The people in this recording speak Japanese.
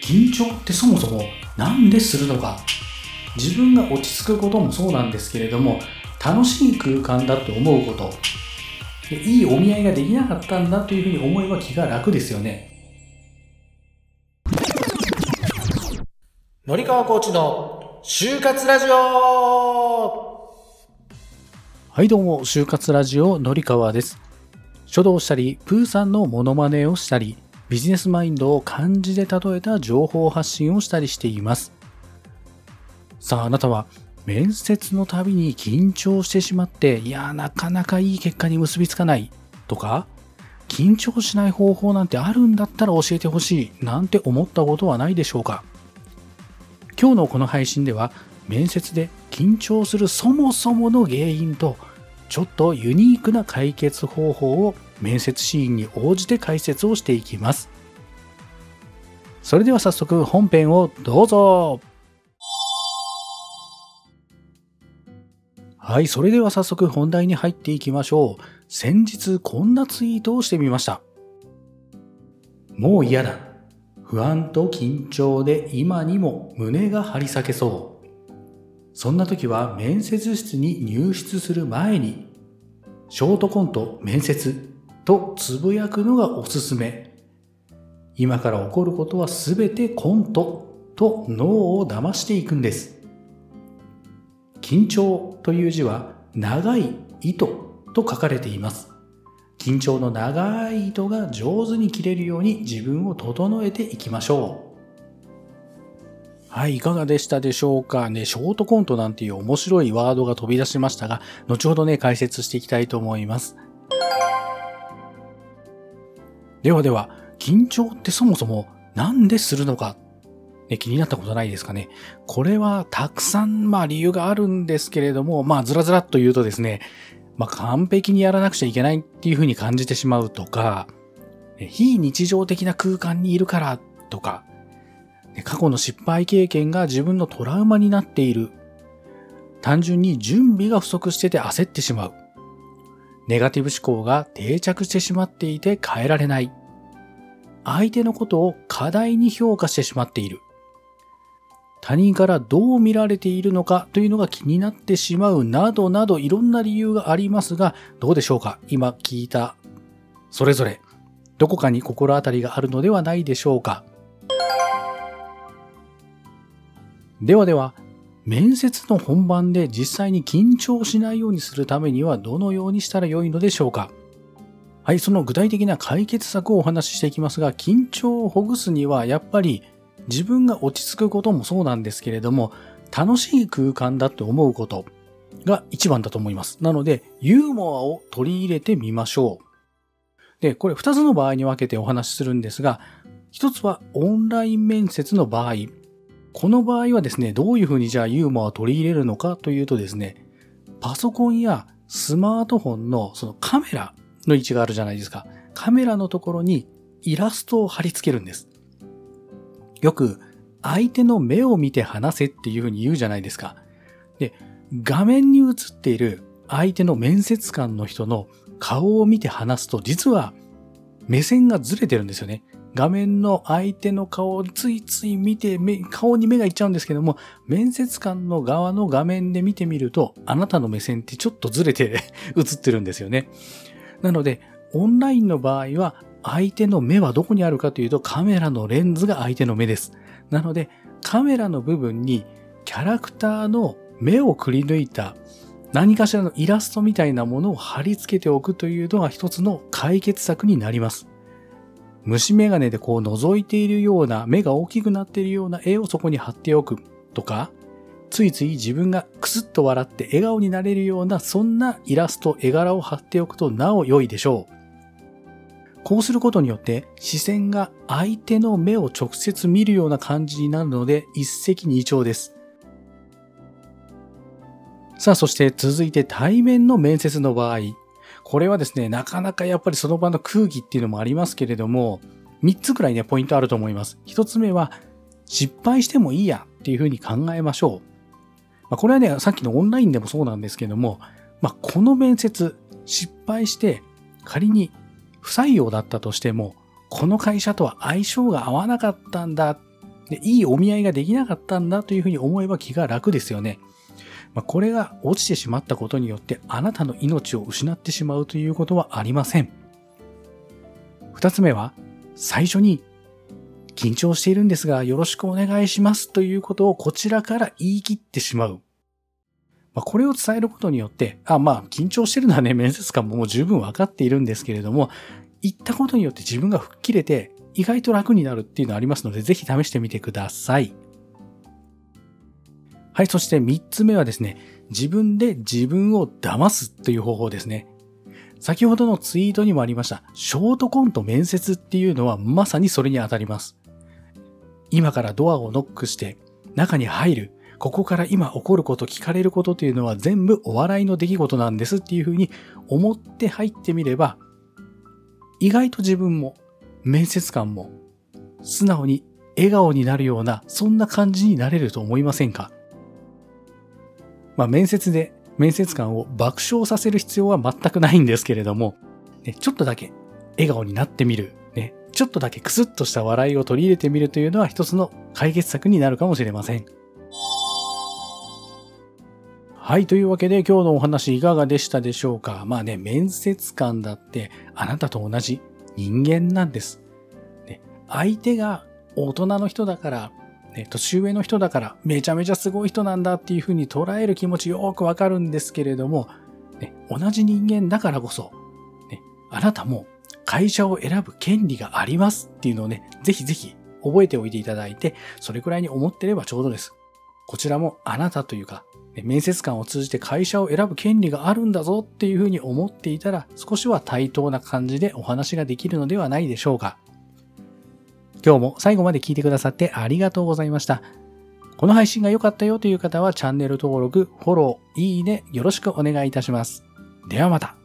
緊張ってそもそもなんでするのか。自分が落ち着くこともそうなんですけれども、楽しい空間だと思うこと、いいお見合いができなかったんだというふうに思えば気が楽ですよね。 のりかわコーチの就活ラジオ。 はい、どうも、就活ラジオのりかわです。書道したり、プーさんのモノマネをしたり、ビジネスマインドを漢字で例えた情報発信をしたりしています。さあ、あなたは面接のたびに緊張してしまって、なかなかいい結果に結びつかないとか、緊張しない方法なんてあるんだったら教えてほしいなんて思ったことはないでしょうか。今日のこの配信では、面接で緊張するそもそもの原因と、ちょっとユニークな解決方法を面接シーンに応じて解説をしていきます。それでは早速本編をどうぞ。はい、それでは早速本題に入っていきましょう。先日こんなツイートをしてみました。もう嫌だ。不安と緊張で今にも胸が張り裂けそう。そんな時は面接室に入室する前に、ショートコント面接とつぶやくのがおすすめ。今から起こることはすべてコントと脳を騙していくんです。緊張という字は長い糸と書かれています。緊張の長い糸が上手に切れるように自分を整えていきましょう。はい、いかがでしたでしょうかね。ショートコントなんていう面白いワードが飛び出しましたが、後ほどね、解説していきたいと思います。では、緊張ってそもそもなんでするのか、ね、気になったことないですかね。これはたくさん理由があるんですけれども、ずらずらっと言うとですね、完璧にやらなくちゃいけないっていうふうに感じてしまうとか、非日常的な空間にいるからとか、過去の失敗経験が自分のトラウマになっている。単純に準備が不足してて焦ってしまう。ネガティブ思考が定着してしまっていて変えられない。相手のことを過大に評価してしまっている。他人からどう見られているのかというのが気になってしまうなどなどいろんな理由がありますが、どうでしょうか。今聞いたそれぞれどこかに心当たりがあるのではないでしょうか。では、面接の本番で実際に緊張しないようにするためにはどのようにしたらよいのでしょうか。はい、その具体的な解決策をお話ししていきますが、緊張をほぐすにはやっぱり自分が落ち着くこともそうなんですけれども、楽しい空間だと思うことが一番だと思います。なので、ユーモアを取り入れてみましょう。で、これ2つの場合に分けてお話しするんですが、1つはオンライン面接の場合。この場合はですね、どういうふうにじゃあユーモアを取り入れるのかというとですね、パソコンやスマートフォンのそのカメラの位置があるじゃないですか。カメラのところにイラストを貼り付けるんです。よく相手の目を見て話せっていうふうに言うじゃないですか。で、画面に映っている相手の面接官の人の顔を見て話すと実は目線がずれてるんですよね。画面の相手の顔をついつい見て、顔に目がいっちゃうんですけども、面接官の側の画面で見てみると、あなたの目線ってちょっとずれて映ってるんですよね。なので、オンラインの場合は、相手の目はどこにあるかというと、カメラのレンズが相手の目です。なので、カメラの部分にキャラクターの目をくり抜いた何かしらのイラストみたいなものを貼り付けておくというのが一つの解決策になります。虫眼鏡で覗いているような、目が大きくなっているような絵をそこに貼っておくとか、ついつい自分がクスッと笑って笑顔になれるような、そんなイラスト、絵柄を貼っておくとなお良いでしょう。こうすることによって視線が相手の目を直接見るような感じになるので一石二鳥です。さあ、そして続いて対面の面接の場合。これはですね、なかなかやっぱりその場の空気っていうのもありますけれども、3つくらいね、ポイントあると思います。1つ目は、失敗してもいいやっていうふうに考えましょう。これはね、さっきのオンラインでもそうなんですけども、この面接、失敗して仮に不採用だったとしても、この会社とは相性が合わなかったんだ。 で、いいお見合いができなかったんだというふうに思えば気が楽ですよね。これが落ちてしまったことによってあなたの命を失ってしまうということはありません。二つ目は、最初に緊張しているんですがよろしくお願いしますということをこちらから言い切ってしまう。これを伝えることによって、緊張してるのはね、面接官ももう十分わかっているんですけれども、言ったことによって自分が吹っ切れて意外と楽になるっていうのがありますので、ぜひ試してみてください。はい、そして3つ目はですね、自分で自分を騙すという方法ですね。先ほどのツイートにもありました、ショートコント面接っていうのはまさにそれに当たります。今からドアをノックして中に入る。ここから今起こること、聞かれることというのは全部お笑いの出来事なんですっていうふうに思って入ってみれば、意外と自分も面接官も素直に笑顔になるような、そんな感じになれると思いませんか？面接で面接官を爆笑させる必要は全くないんですけれども、ちょっとだけ笑顔になってみる、ちょっとだけクスッとした笑いを取り入れてみるというのは一つの解決策になるかもしれません。はい、というわけで今日のお話いかがでしたでしょうか？面接官だってあなたと同じ人間なんです。相手が大人の人だから、年上の人だからめちゃめちゃすごい人なんだっていうふうに捉える気持ちよくわかるんですけれども、同じ人間だからこそ、あなたも会社を選ぶ権利がありますっていうのをぜひぜひ覚えておいていただいて、それくらいに思ってればちょうどです。こちらもあなたというか、面接官を通じて会社を選ぶ権利があるんだぞっていうふうに思っていたら、少しは対等な感じでお話ができるのではないでしょうか。今日も最後まで聞いてくださってありがとうございました。この配信が良かったよという方はチャンネル登録、フォロー、いいねよろしくお願いいたします。ではまた。